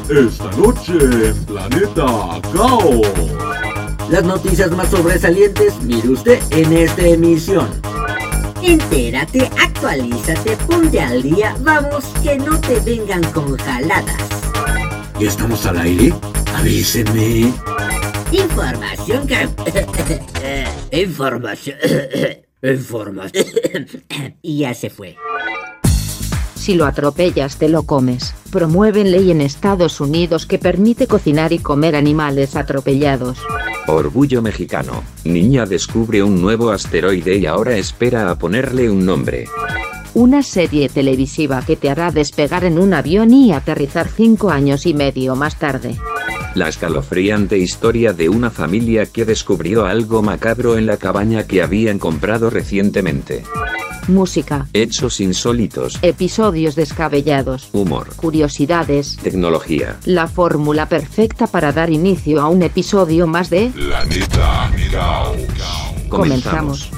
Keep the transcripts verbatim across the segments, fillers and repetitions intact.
Esta noche en Planeta Caos. Las noticias más sobresalientes, mire usted en esta emisión. Entérate, actualízate, ponte al día, vamos, que no te vengan con jaladas. ¿Ya estamos al aire? Avísenme. Información que... Información... Información... Y ya se fue. Si lo atropellas te lo comes. Promueven ley en Estados Unidos que permite cocinar y comer animales atropellados. Orgullo mexicano. Niña descubre un nuevo asteroide y ahora espera a ponerle un nombre. Una serie televisiva que te hará despegar en un avión y aterrizar cinco años y medio más tarde. La escalofriante historia de una familia que descubrió algo macabro en la cabaña que habían comprado recientemente. Música. Hechos insólitos. Episodios descabellados. Humor. Curiosidades. Tecnología. La fórmula perfecta para dar inicio a un episodio más de Planeta Caos. Comenzamos.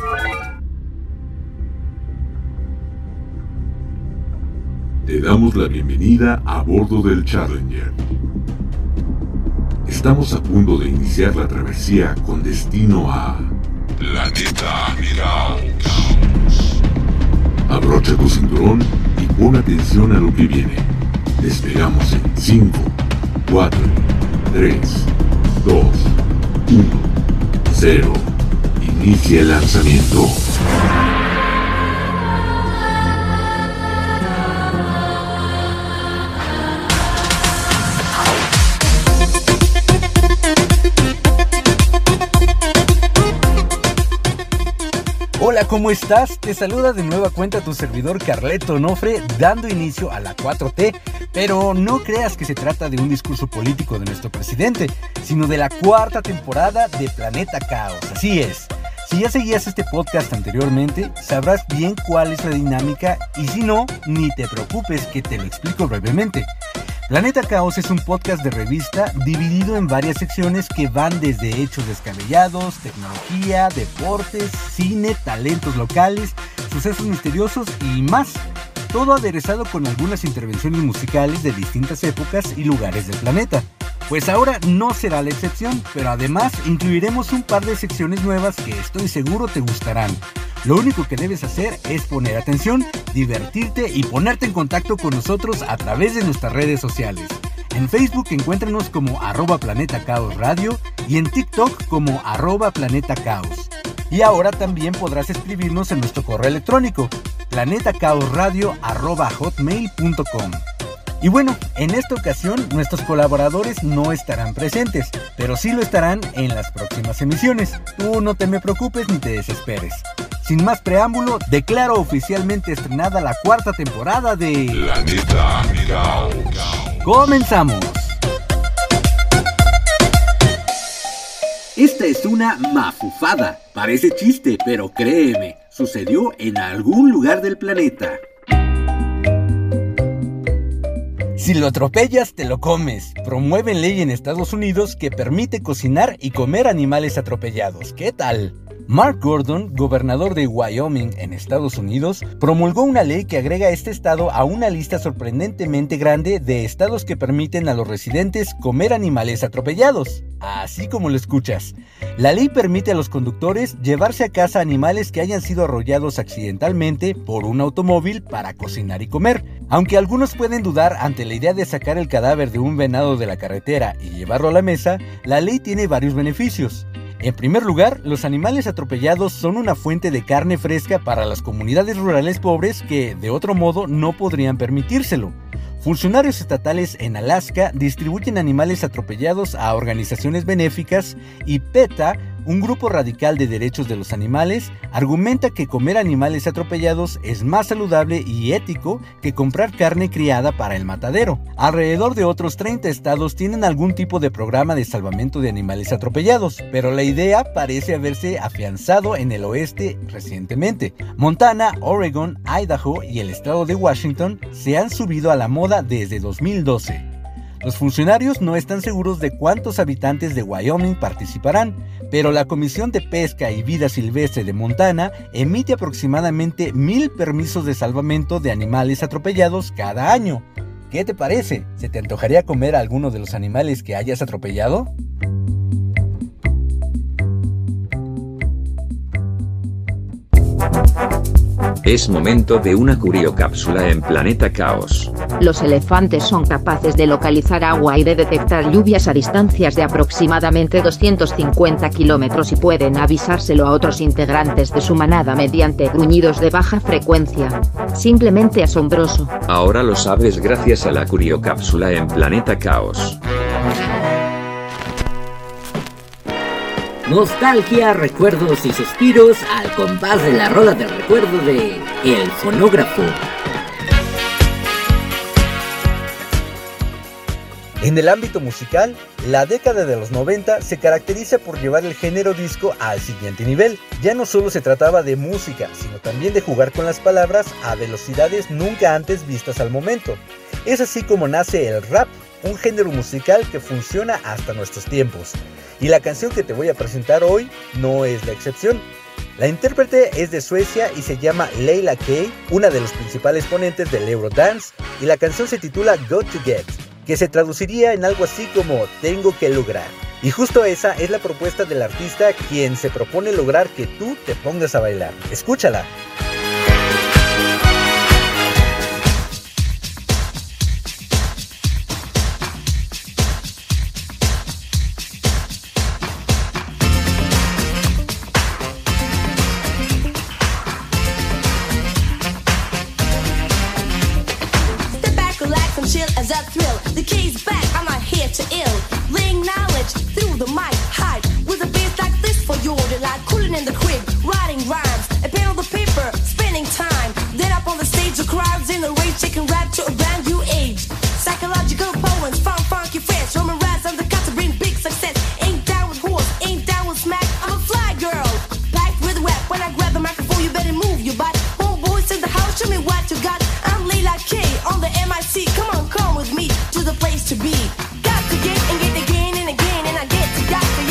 Te damos la bienvenida a bordo del Challenger. Estamos a punto de iniciar la travesía con destino a Planeta Caos. Abrocha tu cinturón y pon atención a lo que viene. Despegamos en cinco, cuatro, tres, dos, uno, cero. Inicia el lanzamiento. Hola, ¿cómo estás? Te saluda de nueva cuenta tu servidor Carleto Onofre, dando inicio a la cuatro T, pero no creas que se trata de un discurso político de nuestro presidente, sino de la cuarta temporada de Planeta Caos. Así es. Si ya seguías este podcast anteriormente, sabrás bien cuál es la dinámica y si no, ni te preocupes que te lo explico brevemente. Planeta Caos es un podcast de revista dividido en varias secciones que van desde hechos descabellados, tecnología, deportes, cine, talentos locales, sucesos misteriosos y más. Todo aderezado con algunas intervenciones musicales de distintas épocas y lugares del planeta. Pues ahora no será la excepción, pero además incluiremos un par de secciones nuevas que estoy seguro te gustarán. Lo único que debes hacer es poner atención, divertirte y ponerte en contacto con nosotros a través de nuestras redes sociales. En Facebook encuéntranos como arroba Planeta Caos Radio y en TikTok como arroba Planeta Caos. Y ahora también podrás escribirnos en nuestro correo electrónico planetacaosradio arroba hotmail punto com. Y bueno, en esta ocasión nuestros colaboradores no estarán presentes, pero sí lo estarán en las próximas emisiones. Tú no te me preocupes ni te desesperes. Sin más preámbulo, declaro oficialmente estrenada la cuarta temporada de Planeta Caos. ¡Comenzamos! Esta es una mafufada. Parece chiste, pero créeme, sucedió en algún lugar del planeta. Si lo atropellas, te lo comes. Promueven ley en Estados Unidos que permite cocinar y comer animales atropellados. ¿Qué tal? Mark Gordon, gobernador de Wyoming en Estados Unidos, promulgó una ley que agrega a este estado a una lista sorprendentemente grande de estados que permiten a los residentes comer animales atropellados. Así como lo escuchas. La ley permite a los conductores llevarse a casa animales que hayan sido arrollados accidentalmente por un automóvil para cocinar y comer. Aunque algunos pueden dudar ante la idea de sacar el cadáver de un venado de la carretera y llevarlo a la mesa, la ley tiene varios beneficios. En primer lugar, los animales atropellados son una fuente de carne fresca para las comunidades rurales pobres que, de otro modo, no podrían permitírselo. Funcionarios estatales en Alaska distribuyen animales atropellados a organizaciones benéficas y PETA, un grupo radical de derechos de los animales, argumenta que comer animales atropellados es más saludable y ético que comprar carne criada para el matadero. Alrededor de otros treinta estados tienen algún tipo de programa de salvamento de animales atropellados, pero la idea parece haberse afianzado en el oeste recientemente. Montana, Oregon, Idaho y el estado de Washington se han subido a la moda desde dos mil doce. Los funcionarios no están seguros de cuántos habitantes de Wyoming participarán, pero la Comisión de Pesca y Vida Silvestre de Montana emite aproximadamente mil permisos de salvamento de animales atropellados cada año. ¿Qué te parece? ¿Se te antojaría comer a alguno de los animales que hayas atropellado? Es momento de una curiocápsula en Planeta Caos. Los elefantes son capaces de localizar agua y de detectar lluvias a distancias de aproximadamente doscientos cincuenta kilómetros y pueden avisárselo a otros integrantes de su manada mediante gruñidos de baja frecuencia. Simplemente asombroso. Ahora lo sabes gracias a la curiocápsula en Planeta Caos. Nostalgia, recuerdos y suspiros al compás de la rola del recuerdo de El Fonógrafo. En el ámbito musical, la década de los noventa se caracteriza por llevar el género disco al siguiente nivel. Ya no solo se trataba de música, sino también de jugar con las palabras a velocidades nunca antes vistas al momento. Es así como nace el rap, un género musical que funciona hasta nuestros tiempos. Y la canción que te voy a presentar hoy no es la excepción. La intérprete es de Suecia y se llama Leila K, una de los principales ponentes del Eurodance, y la canción se titula Got to Get, que se traduciría en algo así como Tengo que lograr. Y justo esa es la propuesta del artista, quien se propone lograr que tú te pongas a bailar. Escúchala. Chill as a thrill. The key's back, I'm not here to ill. Laying knowledge through the mic, hype with a bass like this for your delight. Cooling in the crib, writing rhymes, a pen on the paper, spending time. Then up on the stage, the crowds in the rage, taking rap to a brand new age. Psychological poems, fun, funky fresh, Roman rise on the cut to bring big success. Ain't down with horse, ain't down with smack. I'm a fly girl, packed with rap. When I grab the microphone, you better move your butt. Homeboys in the house, show me what you got. I'm Leila K on the M I C. Come on, come with me to the place to be. Got to get and get again and again, and I get to got to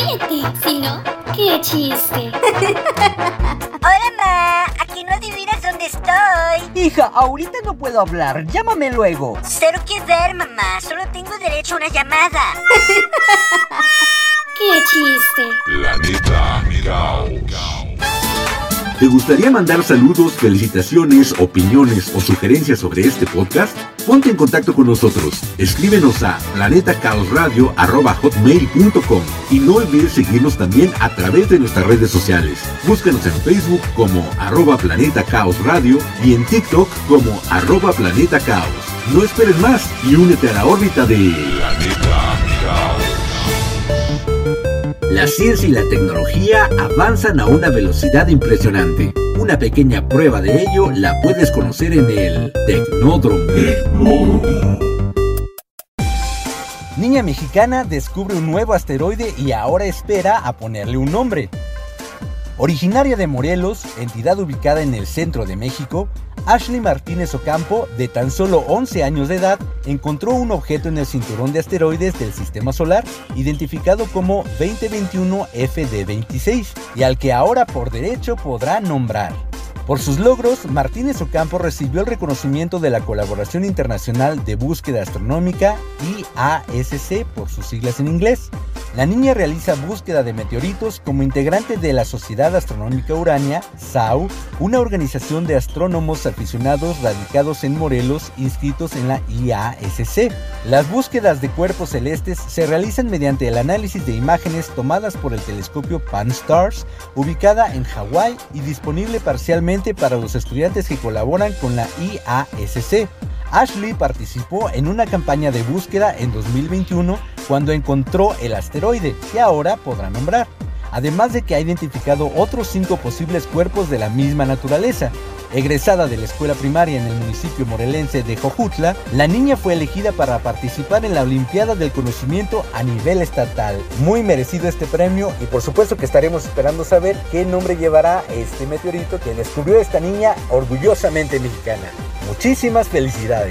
ríete. Si no, qué chiste. Hola, ma. Aquí no adivinas dónde estoy. Hija, ahorita no puedo hablar. Llámame luego. Cero que ver, mamá. Solo tengo derecho a una llamada. ¡Qué chiste! Planeta Caos. ¿Te gustaría mandar saludos, felicitaciones, opiniones o sugerencias sobre este podcast? Ponte en contacto con nosotros. Escríbenos a planetacaosradio arroba hotmail punto com y no olvides seguirnos también a través de nuestras redes sociales. Búscanos en Facebook como arroba Planeta Caos Radio y en TikTok como arroba Planeta Caos. No esperes más y únete a la órbita de Planeta Caos. La ciencia y la tecnología avanzan a una velocidad impresionante. Una pequeña prueba de ello la puedes conocer en el Tecnódromo. Tecnódromo. Niña mexicana descubre un nuevo asteroide y ahora espera a ponerle un nombre. Originaria de Morelos, entidad ubicada en el centro de México, Ashley Martínez Ocampo, de tan solo once años de edad, encontró un objeto en el cinturón de asteroides del Sistema Solar, identificado como veinte veintiuno F D veintiséis, y al que ahora por derecho podrá nombrar. Por sus logros, Martínez Ocampo recibió el reconocimiento de la Colaboración Internacional de Búsqueda Astronómica, I A S C por sus siglas en inglés. La niña realiza búsqueda de meteoritos como integrante de la Sociedad Astronómica Urania, S A U, una organización de astrónomos aficionados radicados en Morelos inscritos en la I A S C. Las búsquedas de cuerpos celestes se realizan mediante el análisis de imágenes tomadas por el telescopio Pan-STARRS, ubicada en Hawái y disponible parcialmente para los estudiantes que colaboran con la I A S C. Ashley participó en una campaña de búsqueda en dos mil veintiuno cuando encontró el asteroide, que ahora podrá nombrar. Además de que ha identificado otros cinco posibles cuerpos de la misma naturaleza. Egresada de la escuela primaria en el municipio morelense de Jojutla, la niña fue elegida para participar en la Olimpiada del Conocimiento a nivel estatal. Muy merecido este premio y por supuesto que estaremos esperando saber qué nombre llevará este meteorito que descubrió esta niña orgullosamente mexicana. Muchísimas felicidades.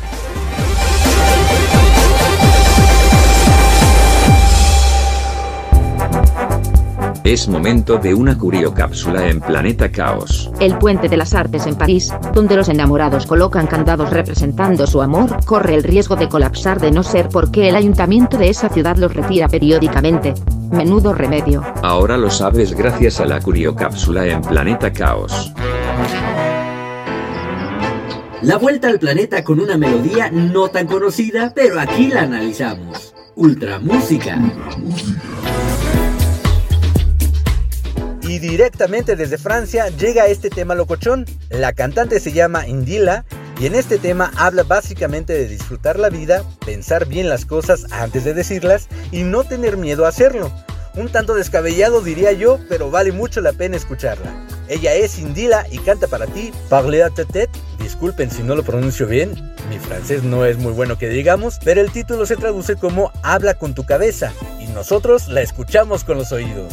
Es momento de una curiocápsula en Planeta Caos. El Puente de las Artes en París, donde los enamorados colocan candados representando su amor, corre el riesgo de colapsar de no ser porque el ayuntamiento de esa ciudad los retira periódicamente. Menudo remedio. Ahora lo sabes gracias a la curiocápsula en Planeta Caos. La vuelta al planeta con una melodía no tan conocida, pero aquí la analizamos. Ultramúsica. Y directamente desde Francia llega este tema locochón. La cantante se llama Indila y en este tema habla básicamente de disfrutar la vida, pensar bien las cosas antes de decirlas y no tener miedo a hacerlo. Un tanto descabellado diría yo, pero vale mucho la pena escucharla. Ella es Indila y canta para ti Parler à ta tête. Disculpen si no lo pronuncio bien, mi francés no es muy bueno que digamos, pero el título se traduce como Habla con tu cabeza y nosotros la escuchamos con los oídos.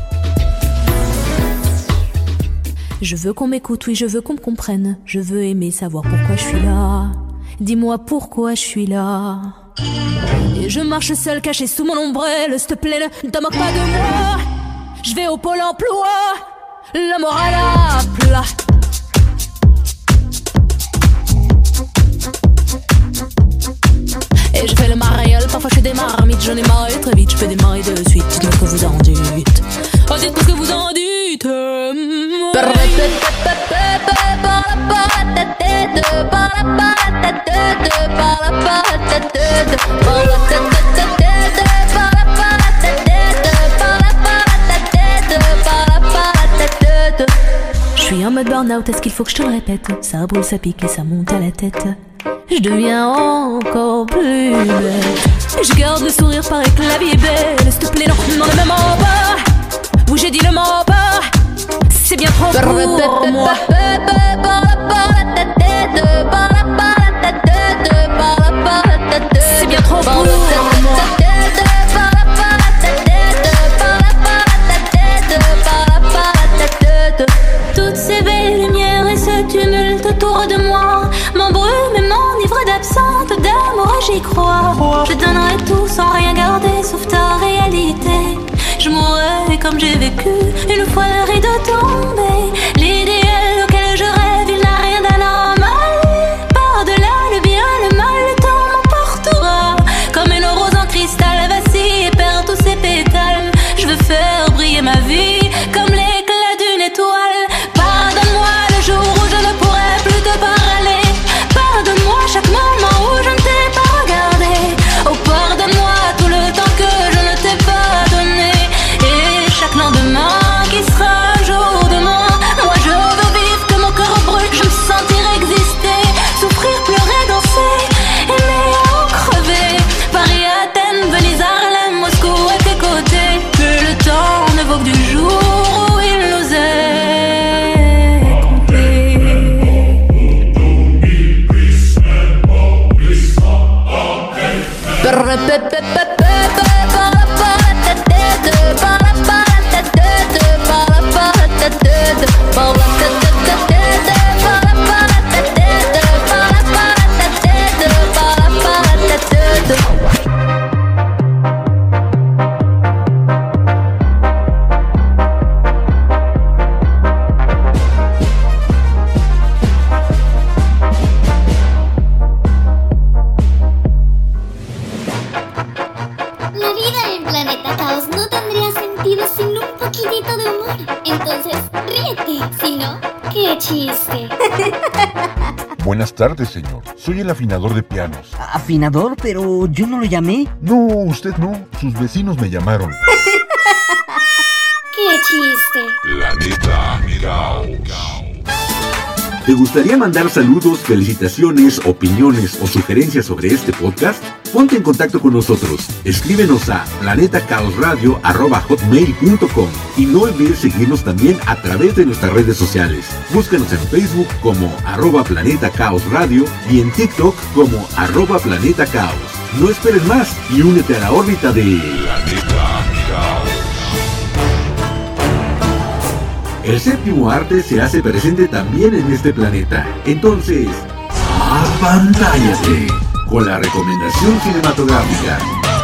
Je veux qu'on m'écoute, oui, je veux qu'on me comprenne. Je veux aimer savoir pourquoi je suis là. Dis-moi pourquoi je suis là. Et je marche seule, cachée sous mon ombrelle. S'il te plaît, ne te moque pas de moi. Je vais au pôle emploi, la morale à plat. Et je fais le mariole, parfois je fais des marmites. J'en ai marre très vite, je peux démarrer de suite. Dites-moi ce que vous en dites. Oh, dites-moi ce que vous en dites. Je suis en mode burn-out, est-ce qu'il faut que je te le répète? Ça brûle, ça pique et ça monte à la tête. Je deviens encore plus bête. Je garde le sourire, paraît que la vie est belle. S'il te plaît, non, non, ne me mens pas. Oui, j'ai dit ne mens pas. C'est bien trop pour moi. C'est bien trop pour moi. Toutes ces belles lumières et ce tumulte autour de moi m'embrument et m'enivrent d'absente d'amour et j'y crois. Je donnerai tout sans rien garder sauf ta réalité. Je m'en j'ai vécu une fois le rideau tombé. L'idéal auquel je rêve, il n'a rien d'anormal. Par-delà le bien, le mal, le temps m'emportera. Comme une rose en cristal vacille et perd tous ses pétales. Je veux faire briller ma vie comme l'éclat d'une étoile. Pardonne-moi le jour où je ne pourrai plus te parler. Pardonne-moi chaque moment où je ne t'ai pas regardé. Oh, pardonne-moi tout le temps que je ne t'ai pas donné. Et chaque lendemain qui sera un jour de moins. Moi je veux vivre que mon cœur brûle. Je me sentir exister, souffrir, pleurer, danser, aimer ou crever. Paris, Athènes, Venise, Harlem, Moscou à tes côtés. Que le temps ne vaut que du jour où il nous est compté. La vida en Planeta Caos no tendría sentido sin un poquitito de humor. Entonces, ríete. Si no, qué chiste. Buenas tardes, señor. Soy el afinador de pianos. ¿Afinador? Pero yo no lo llamé. No, usted no. Sus vecinos me llamaron. Qué chiste. Planeta Caos. ¿Te gustaría mandar saludos, felicitaciones, opiniones o sugerencias sobre este podcast? Ponte en contacto con nosotros. Escríbenos a planetacaosradio arroba hotmail punto com y no olvides seguirnos también a través de nuestras redes sociales. Búscanos en Facebook como arroba Planeta Caos Radio y en TikTok como arroba Planeta Caos. No esperes más y únete a la órbita de Planeta Caos. El séptimo arte se hace presente también en este planeta. Entonces, apantállate con la recomendación cinematográfica.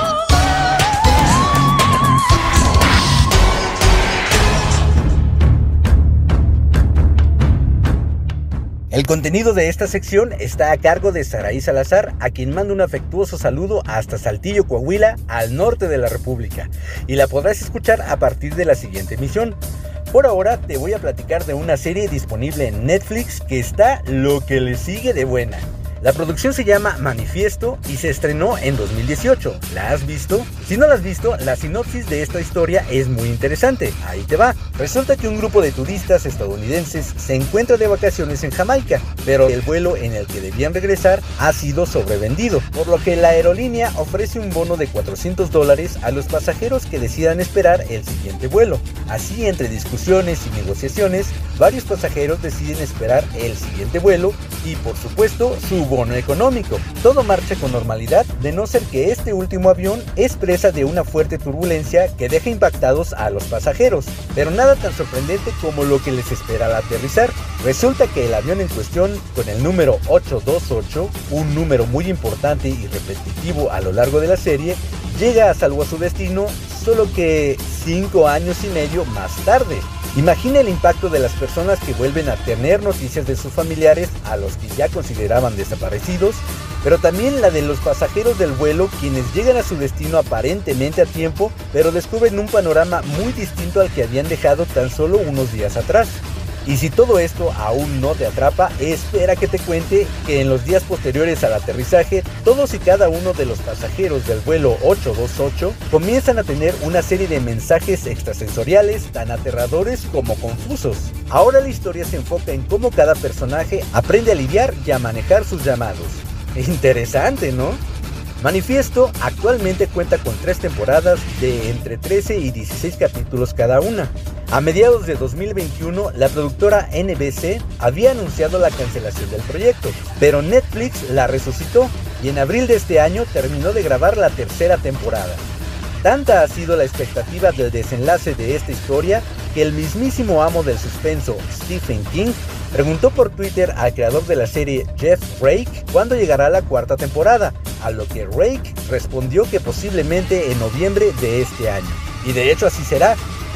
El contenido de esta sección está a cargo de Saraí Salazar, a quien mando un afectuoso saludo hasta Saltillo, Coahuila, al norte de la República, y la podrás escuchar a partir de la siguiente emisión. Por ahora te voy a platicar de una serie disponible en Netflix que está lo que le sigue de buena. La producción se llama Manifiesto y se estrenó en dos mil dieciocho. ¿La has visto? Si no la has visto, la sinopsis de esta historia es muy interesante. Ahí te va. Resulta que un grupo de turistas estadounidenses se encuentra de vacaciones en Jamaica, pero el vuelo en el que debían regresar ha sido sobrevendido, por lo que la aerolínea ofrece un bono de cuatrocientos dólares a los pasajeros que decidan esperar el siguiente vuelo. Así, entre discusiones y negociaciones, varios pasajeros deciden esperar el siguiente vuelo y, por supuesto, su bono económico. Todo marcha con normalidad, de no ser que este último avión es presa de una fuerte turbulencia que deja impactados a los pasajeros, pero nada tan sorprendente como lo que les espera al aterrizar. Resulta que el avión en cuestión, con el número ocho dos ocho, un número muy importante y repetitivo a lo largo de la serie, llega a salvo a su destino, solo que cinco años y medio más tarde. Imagina el impacto de las personas que vuelven a tener noticias de sus familiares a los que ya consideraban desaparecidos, pero también la de los pasajeros del vuelo, quienes llegan a su destino aparentemente a tiempo, pero descubren un panorama muy distinto al que habían dejado tan solo unos días atrás. Y si todo esto aún no te atrapa, espera que te cuente que en los días posteriores al aterrizaje, todos y cada uno de los pasajeros del vuelo ocho dos ocho comienzan a tener una serie de mensajes extrasensoriales tan aterradores como confusos. Ahora la historia se enfoca en cómo cada personaje aprende a lidiar y a manejar sus llamados. Interesante, ¿no? Manifiesto actualmente cuenta con tres temporadas de entre trece y dieciséis capítulos cada una. A mediados de dos mil veintiuno, la productora N B C había anunciado la cancelación del proyecto, pero Netflix la resucitó y en abril de este año terminó de grabar la tercera temporada. Tanta ha sido la expectativa del desenlace de esta historia que el mismísimo amo del suspenso, Stephen King, preguntó por Twitter al creador de la serie, Jeff Rake, cuándo llegará la cuarta temporada, a lo que Rake respondió que posiblemente en noviembre de este año. Y de hecho así será.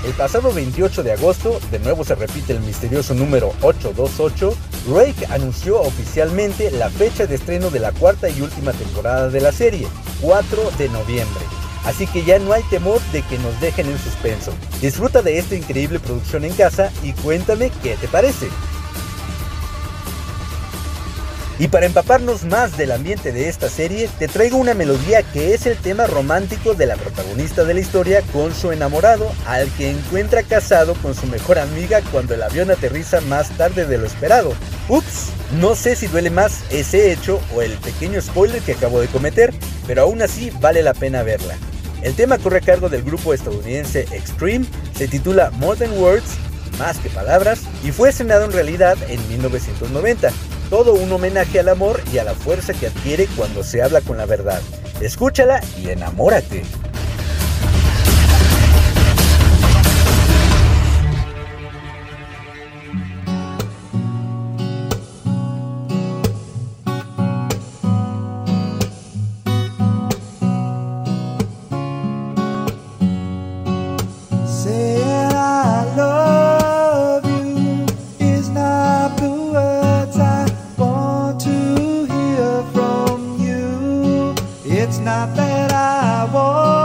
El pasado veintiocho de agosto, de nuevo se repite el misterioso número ochocientos veintiocho, Rake anunció oficialmente la fecha de estreno de la cuarta y última temporada de la serie, cuatro de noviembre. Así que ya no hay temor de que nos dejen en suspenso. Disfruta de esta increíble producción en casa y cuéntame qué te parece. Y para empaparnos más del ambiente de esta serie, te traigo una melodía que es el tema romántico de la protagonista de la historia con su enamorado, al que encuentra casado con su mejor amiga cuando el avión aterriza más tarde de lo esperado. Ups, no sé si duele más ese hecho o el pequeño spoiler que acabo de cometer, pero aún así vale la pena verla. El tema corre a cargo del grupo estadounidense Extreme, se titula More Than Words, Más que Palabras, y fue estrenado en realidad en mil novecientos noventa. Todo un homenaje al amor y a la fuerza que adquiere cuando se habla con la verdad. Escúchala y enamórate. It's not that I want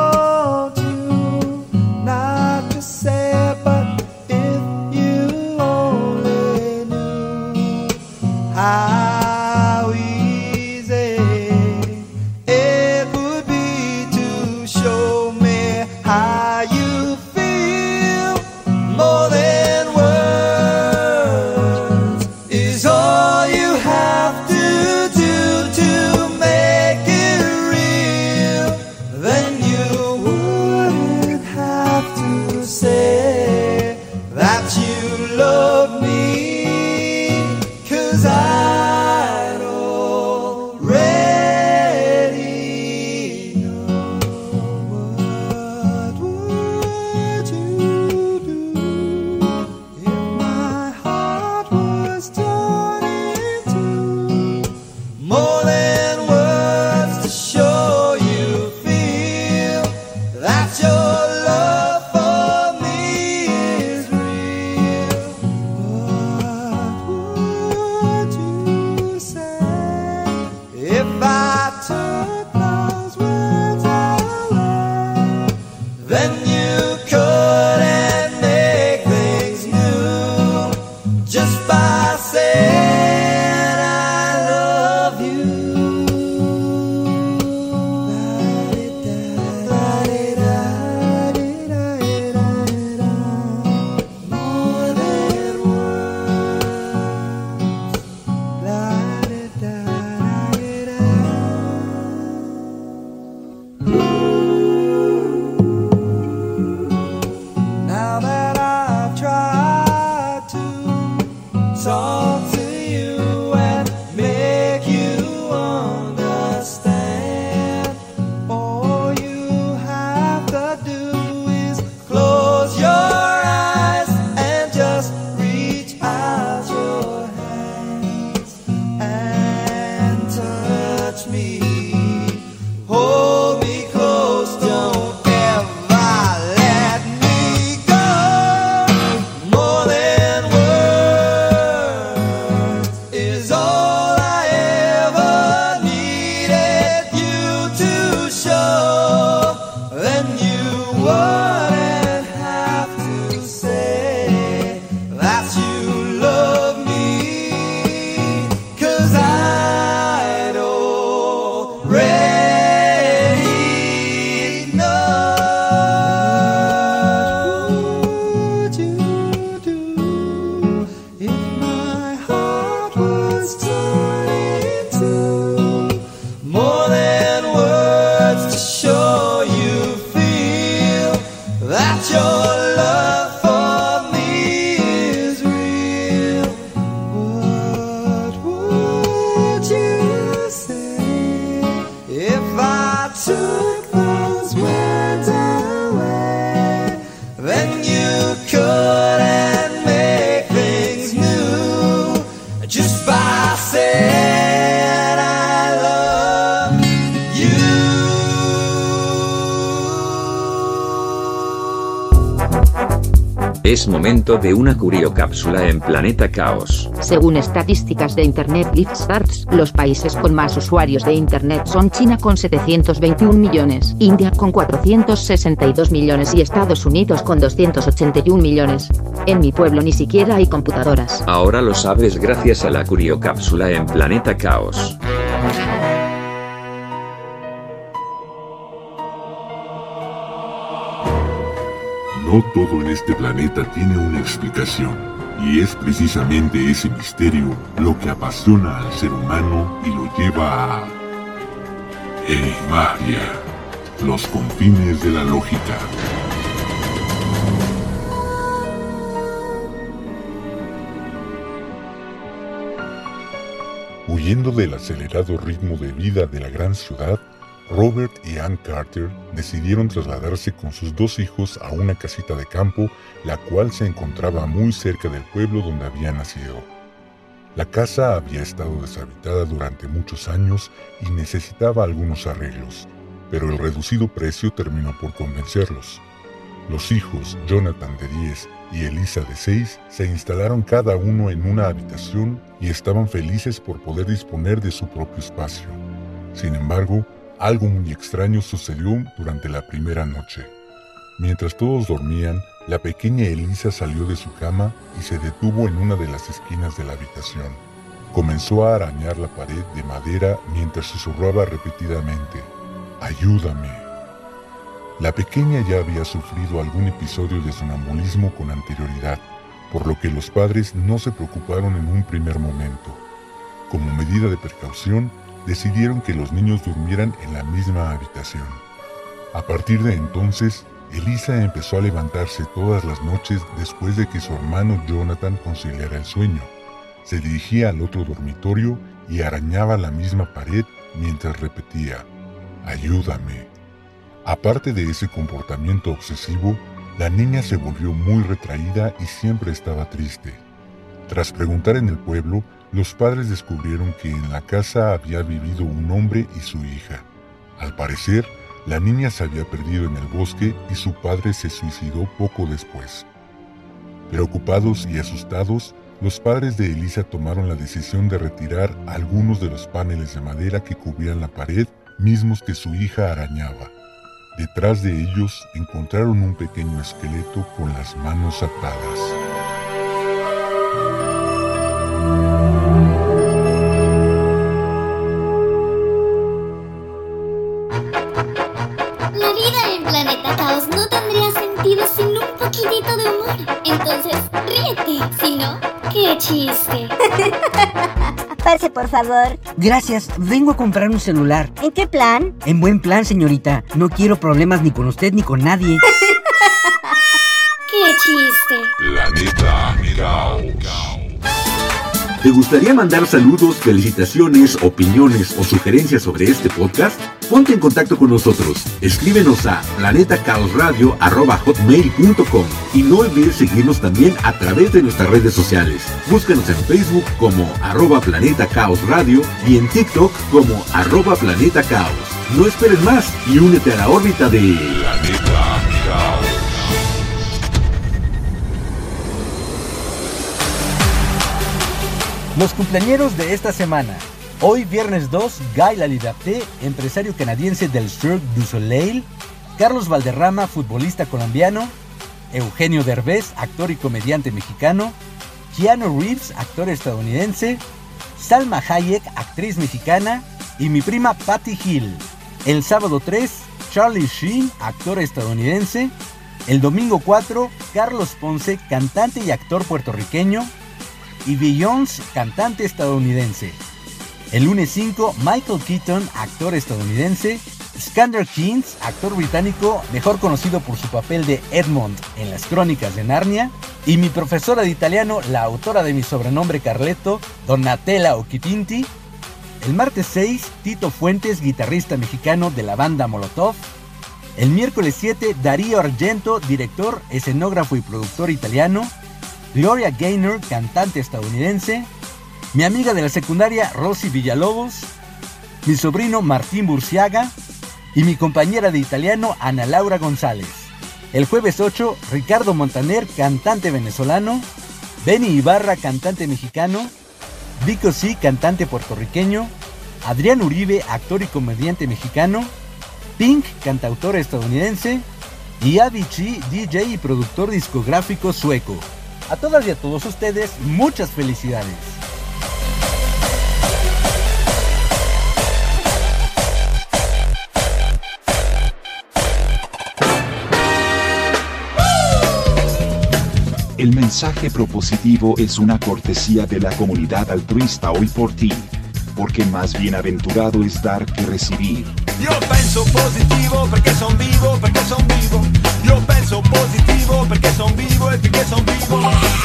Es momento de una curiocápsula en Planeta Caos. Según estadísticas de Internet Live Starts, los países con más usuarios de Internet son China con setecientos veintiún millones, India con cuatrocientos sesenta y dos millones y Estados Unidos con doscientos ochenta y un millones. En mi pueblo ni siquiera hay computadoras. Ahora lo sabes gracias a la curiocápsula en Planeta Caos. No todo en este planeta tiene una explicación, y es precisamente ese misterio lo que apasiona al ser humano y lo lleva a Enigmagia, los confines de la lógica. Huyendo del acelerado ritmo de vida de la gran ciudad, Robert y Ann Carter decidieron trasladarse con sus dos hijos a una casita de campo, la cual se encontraba muy cerca del pueblo donde habían nacido. La casa había estado deshabitada durante muchos años y necesitaba algunos arreglos, pero el reducido precio terminó por convencerlos. Los hijos, Jonathan de diez y Elisa de seis, se instalaron cada uno en una habitación y estaban felices por poder disponer de su propio espacio. Sin embargo, algo muy extraño sucedió durante la primera noche. Mientras todos dormían, la pequeña Elisa salió de su cama y se detuvo en una de las esquinas de la habitación. Comenzó a arañar la pared de madera mientras susurraba repetidamente: «¡Ayúdame!». La pequeña ya había sufrido algún episodio de sonambulismo con anterioridad, por lo que los padres no se preocuparon en un primer momento. Como medida de precaución, decidieron que los niños durmieran en la misma habitación. A partir de entonces, Elisa empezó a levantarse todas las noches después de que su hermano Jonathan conciliara el sueño. Se dirigía al otro dormitorio y arañaba la misma pared mientras repetía: «¡Ayúdame!». Aparte de ese comportamiento obsesivo, la niña se volvió muy retraída y siempre estaba triste. Tras preguntar en el pueblo, los padres descubrieron que en la casa había vivido un hombre y su hija. Al parecer, la niña se había perdido en el bosque y su padre se suicidó poco después. Preocupados y asustados, los padres de Elisa tomaron la decisión de retirar algunos de los paneles de madera que cubrían la pared, mismos que su hija arañaba. Detrás de ellos encontraron un pequeño esqueleto con las manos atadas. La vida en Planeta Caos no tendría sentido sin un poquitito de humor. Entonces, ríete. Si no, ¡qué chiste! Pase, por favor. Gracias, vengo a comprar un celular. ¿En qué plan? En buen plan, señorita. No quiero problemas ni con usted ni con nadie. ¡Qué chiste! Planeta Caos. ¿Te gustaría mandar saludos, felicitaciones, opiniones o sugerencias sobre este podcast? Ponte en contacto con nosotros. Escríbenos a planetacaosradio arroba hotmail punto com y no olvides seguirnos también a través de nuestras redes sociales. Búscanos en Facebook como arroba Planeta Caos Radio y en TikTok como arroba Planeta Caos. No esperes más y únete a la órbita de Planeta Caos. Los cumpleañeros de esta semana. Hoy, viernes dos, Guy Laliberte, empresario canadiense del Cirque du Soleil. Carlos Valderrama, futbolista colombiano. Eugenio Derbez, actor y comediante mexicano. Keanu Reeves, actor estadounidense. Salma Hayek, actriz mexicana. Y mi prima Patty Hill. El sábado tres, Charlie Sheen, actor estadounidense. El domingo cuatro, Carlos Ponce, cantante y actor puertorriqueño. Y Beyoncé, cantante estadounidense. El lunes cinco, Michael Keaton, actor estadounidense. Skander Keynes, actor británico, mejor conocido por su papel de Edmond en las Crónicas de Narnia. Y mi profesora de italiano, la autora de mi sobrenombre Carleto, Donatella Occhipinti. El martes seis, Tito Fuentes, guitarrista mexicano de la banda Molotov. El miércoles siete, Darío Argento, director, escenógrafo y productor italiano. Gloria Gaynor, cantante estadounidense. Mi amiga de la secundaria, Rosy Villalobos. Mi sobrino, Martín Burciaga. Y mi compañera de italiano, Ana Laura González. El jueves ocho, Ricardo Montaner, cantante venezolano. Benny Ibarra, cantante mexicano. Vico C, cantante puertorriqueño. Adrián Uribe, actor y comediante mexicano. Pink, cantautor estadounidense. Y Avicii, D J y productor discográfico sueco. A todas y a todos ustedes, muchas felicidades. El mensaje propositivo es una cortesía de la comunidad altruista Hoy por Ti, porque más bienaventurado es dar que recibir. Io penso positivo perché son vivo, perché son vivo. Io penso positivo perché son vivo e perché son vivo.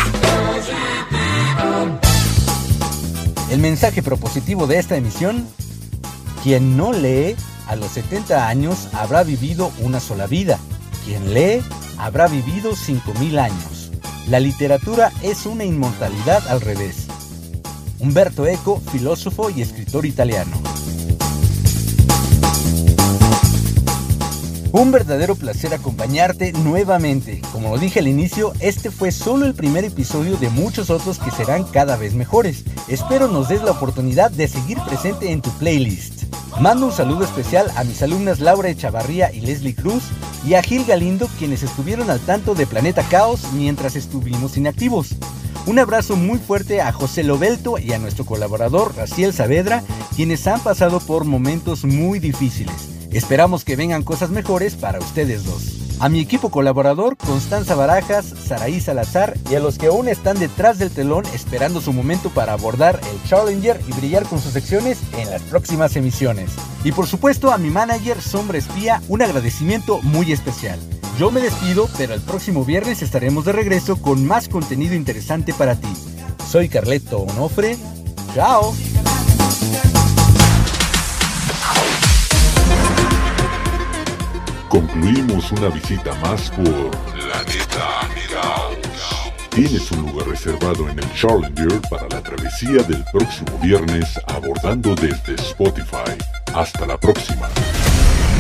El mensaje propositivo de esta emisión: quien no lee a los setenta años habrá vivido una sola vida. Quien lee habrá vivido cinco mil años. La literatura es una inmortalidad al revés. Umberto Eco, filósofo y escritor italiano. Un verdadero placer acompañarte nuevamente. Como lo dije al inicio, este fue solo el primer episodio de muchos otros que serán cada vez mejores. Espero nos des la oportunidad de seguir presente en tu playlist. Mando un saludo especial a mis alumnas Laura Echavarría y Leslie Cruz y a Gil Galindo, quienes estuvieron al tanto de Planeta Caos mientras estuvimos inactivos. Un abrazo muy fuerte a José Lobelto y a nuestro colaborador Raciel Saavedra, quienes han pasado por momentos muy difíciles. Esperamos que vengan cosas mejores para ustedes dos. A mi equipo colaborador, Constanza Barajas, Saraí Salazar, y a los que aún están detrás del telón esperando su momento para abordar el Challenger y brillar con sus secciones en las próximas emisiones. Y por supuesto a mi manager Sombra Espía, un agradecimiento muy especial. Yo me despido, pero el próximo viernes estaremos de regreso con más contenido interesante para ti. Soy Carleto Onofre. ¡Chao! Concluimos una visita más por Planeta Caos. Tienes un lugar reservado en el Challenger para la travesía del próximo viernes abordando desde Spotify. Hasta la próxima.